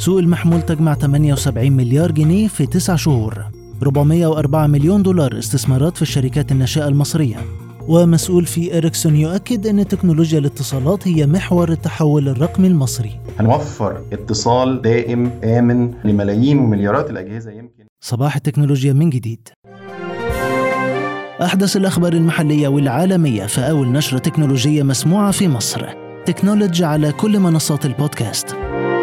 سوق المحمول تجمع 78 مليار جنيه في 9 شهور، 404 مليون دولار استثمارات في الشركات الناشئة المصرية. ومسؤول في إريكسون يؤكد أن تكنولوجيا الاتصالات هي محور التحول الرقمي المصري. هنوفر اتصال دائم آمن لملايين ومليارات الأجهزة. يمكن صباح التكنولوجيا من جديد. أحدث الأخبار المحلية والعالمية في أول نشرة تكنولوجية مسموعة في مصر. تكنولوجي على كل منصات البودكاست.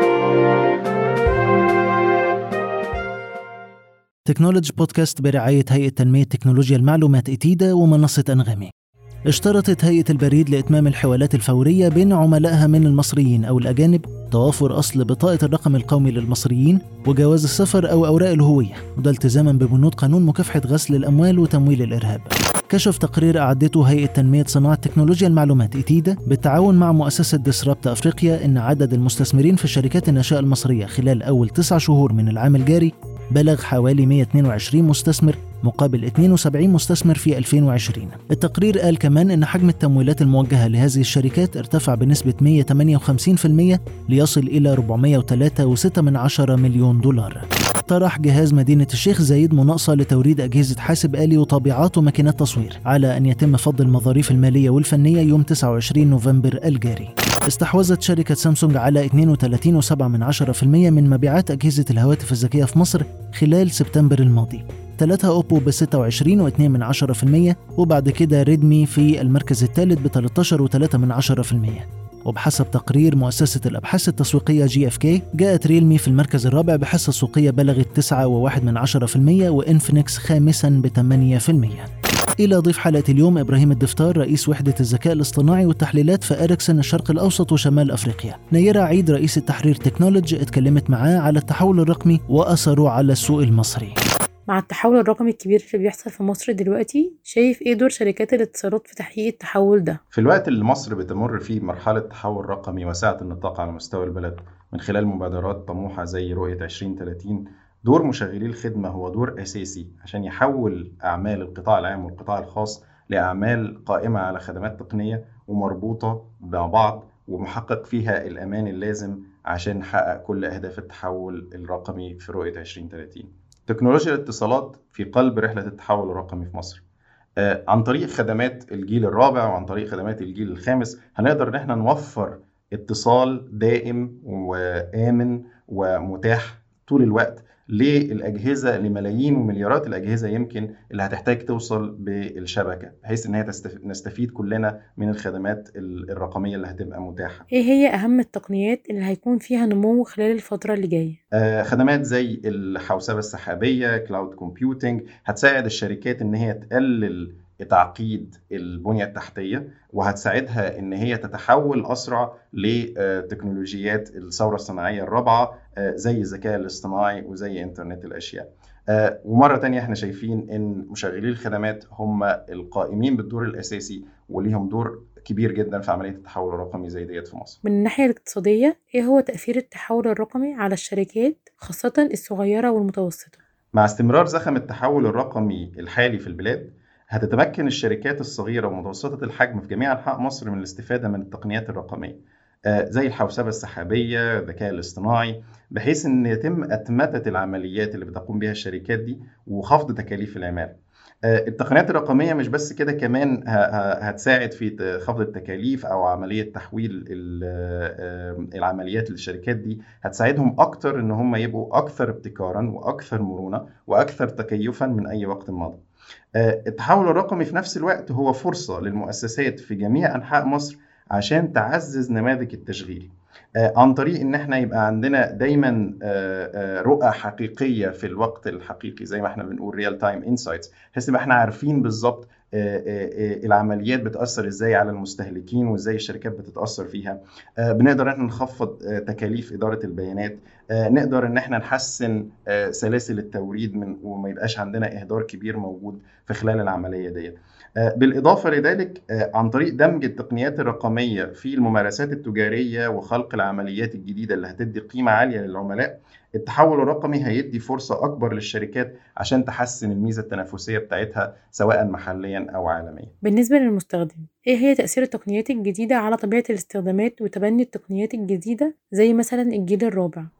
تكنولوجي بودكاست برعاية هيئة تنمية تكنولوجيا المعلومات إتيدا ومنصة أنغامي. اشترطت هيئة البريد لإتمام الحوالات الفورية بين عملائها من المصريين أو الأجانب توافر أصل بطاقة الرقم القومي للمصريين وجواز السفر أو أوراق الهوية، وده التزاما ببنود قانون مكافحة غسل الأموال وتمويل الإرهاب. كشف تقرير أعدته هيئة تنمية صناعة تكنولوجيا المعلومات إتيدا بالتعاون مع مؤسسة ديسرابت أفريقيا إن عدد المستثمرين في الشركات الناشئة المصرية خلال أول 9 شهور من العام الجاري بلغ حوالي 122 مستثمر مقابل 72 مستثمر في 2020. التقرير قال كمان إن حجم التمويلات الموجهة لهذه الشركات ارتفع بنسبة 158% ليصل إلى 403.6 مليون دولار. طرح جهاز مدينة الشيخ زايد مناقصة لتوريد أجهزة حاسب آلي وطابعات وماكينات تصوير على أن يتم فض المظاريف المالية والفنية يوم 29 نوفمبر الجاري. استحوذت شركة سامسونج على 32.7% من مبيعات أجهزة الهواتف الذكية في مصر خلال سبتمبر الماضي، تلتها أوبو ب26.2%، وبعد كده ريدمي في المركز الثالث ب13.3%. وبحسب تقرير مؤسسة الأبحاث التسويقية GfK جاءت ريلمي في المركز الرابع بحصة سوقية بلغت 9.1%، وإنفينكس خامسا ب8%. إلى ضيف حلقة اليوم إبراهيم الدفتار رئيس وحدة الذكاء الاصطناعي والتحليلات في إريكسون الشرق الأوسط وشمال أفريقيا. نيرة عيد رئيس التحرير تكنولوجي اتكلمت معاه على التحول الرقمي وأثره على السوق المصري. مع التحول الرقمي الكبير اللي بيحصل في مصر دلوقتي، شايف ايه دور شركات الاتصالات في تحقيق التحول ده؟ في الوقت اللي مصر بتمر فيه مرحلة تحول رقمي واسعة النطاق على مستوى البلد من خلال مبادرات طموحة زي رؤية 2030، دور مشغلي الخدمة هو دور أساسي عشان يحول أعمال القطاع العام والقطاع الخاص لأعمال قائمة على خدمات تقنية ومربوطة مع بعض ومحقق فيها الأمان اللازم عشان نحقق كل أهداف التحول الرقمي في رؤية 2030. تكنولوجيا الاتصالات في قلب رحلة التحول الرقمي في مصر. عن طريق خدمات الجيل الرابع وعن طريق خدمات الجيل الخامس هنقدر ان احنا نوفر اتصال دائم وآمن ومتاح طول الوقت للأجهزة، لملايين ومليارات الأجهزة يمكن اللي هتحتاج توصل بالشبكة، بحيث ان هي نستفيد كلنا من الخدمات الرقمية اللي هتبقى متاحة. ايه هي اهم التقنيات اللي هيكون فيها نمو خلال الفترة اللي جاية؟ خدمات زي الحوسبة السحابية، كلاود كومبيوتينج، هتساعد الشركات ان هي تقلل تعقيد البنية التحتية وهتساعدها ان هي تتحول اسرع لتكنولوجيات الثورة الصناعية الرابعة زي الذكاء الاصطناعي وزي انترنت الاشياء. ومرة تانية احنا شايفين ان مشغلي الخدمات هم القائمين بالدور الاساسي وليهم دور كبير جدا في عملية التحول الرقمي زي ديت في مصر. من الناحية الاقتصادية، ايه هو تأثير التحول الرقمي على الشركات خاصة الصغيرة والمتوسطة؟ مع استمرار زخم التحول الرقمي الحالي في البلاد، هتتمكن الشركات الصغيرة ومتوسطة الحجم في جميع أنحاء مصر من الاستفادة من التقنيات الرقمية زي الحوسبة السحابية، الذكاء الاصطناعي، بحيث أن يتم أتمتة العمليات اللي بتقوم بها الشركات دي وخفض تكاليف العمالة. التقنيات الرقمية مش بس كده، كمان هتساعد في خفض التكاليف أو عملية تحويل العمليات للشركات دي، هتساعدهم أكتر إن هم يبقوا أكثر ابتكارا وأكثر مرونة وأكثر تكيفا من أي وقت مضى. التحول الرقمي في نفس الوقت هو فرصة للمؤسسات في جميع أنحاء مصر عشان تعزز نماذج التشغيل عن طريق ان احنا يبقى عندنا دايما رؤى حقيقية في الوقت الحقيقي، زي ما احنا بنقول real time insights، بحيث نبقى احنا عارفين بالظبط العمليات بتأثر ازاي على المستهلكين وازاي الشركات بتتأثر فيها. بنقدر احنا نخفض تكاليف إدارة البيانات، نقدر ان احنا نحسن سلاسل التوريد وما يبقاش عندنا إهدار كبير موجود في خلال العملية دي. بالإضافة لذلك عن طريق دمج التقنيات الرقمية في الممارسات التجارية وخلق العمليات الجديدة اللي هتدي قيمة عالية للعملاء، التحول الرقمي هيدي فرصة أكبر للشركات عشان تحسن الميزة التنافسية بتاعتها سواء محليا أو عالميا. بالنسبة للمستخدم، ايه هي تأثير التقنيات الجديدة على طبيعة الاستخدامات وتبني التقنيات الجديدة زي مثلا الجيل الرابع؟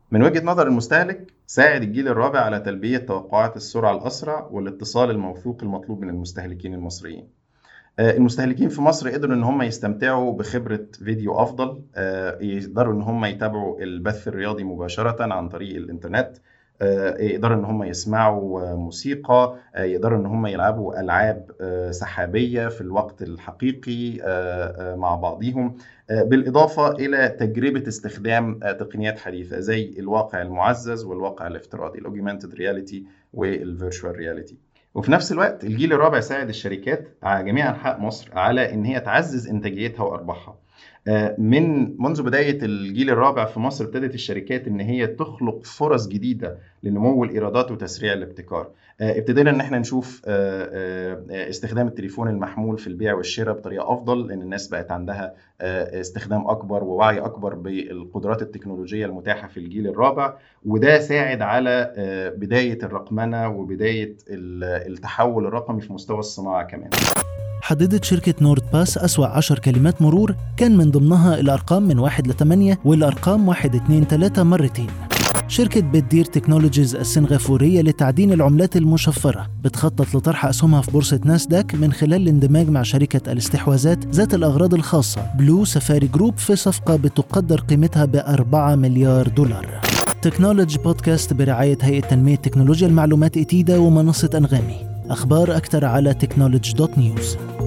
من وجهة نظر المستهلك، ساعد الجيل الرابع على تلبية توقعات السرعة الأسرع والاتصال الموثوق المطلوب من المستهلكين المصريين. المستهلكين في مصر قدروا ان هم يستمتعوا بخبرة فيديو افضل، يقدروا ان هم يتابعوا البث الرياضي مباشرة عن طريق الانترنت، يقدروا ان هم يسمعوا موسيقى، يقدروا ان هم يلعبوا العاب سحابية في الوقت الحقيقي مع بعضهم، بالاضافة الى تجربة استخدام تقنيات حديثة زي الواقع المعزز والواقع الافتراضي الاوجمانتد رياليتي والفيرتشوال رياليتي. وفي نفس الوقت الجيل الرابع ساعد الشركات على جميع أنحاء مصر على إن هي تعزز إنتاجيتها وأرباحها. منذ بداية الجيل الرابع في مصر ابتدت الشركات إن هي تخلق فرص جديدة لنمو الإيرادات وتسريع الابتكار. ابتدينا إن احنا نشوف استخدام التليفون المحمول في البيع والشراء بطريقة أفضل، لأن الناس بقت عندها استخدام أكبر ووعي أكبر بالقدرات التكنولوجية المتاحة في الجيل الرابع، وده ساعد على بداية الرقمنة وبداية التحول الرقمي في مستوى الصناعة كمان. حددت شركة نورد باس أسوأ 10 كلمات مرور كان من ضمنها الأرقام من 1 ل 8 والأرقام 1 2 3 مرتين. شركة بتدير تكنولوجيز السنغافورية لتعدين العملات المشفرة بتخطط لطرح أسهمها في بورصة ناسداك من خلال الاندماج مع شركة الاستحواذات ذات الأغراض الخاصة بلو سفاري جروب في صفقة بتقدر قيمتها ب$4 مليار. تكنولوجي بودكاست برعاية هيئة تنمية تكنولوجيا المعلومات إتيدا ومنصة أنغامي. أخبار أكثر على technology.news.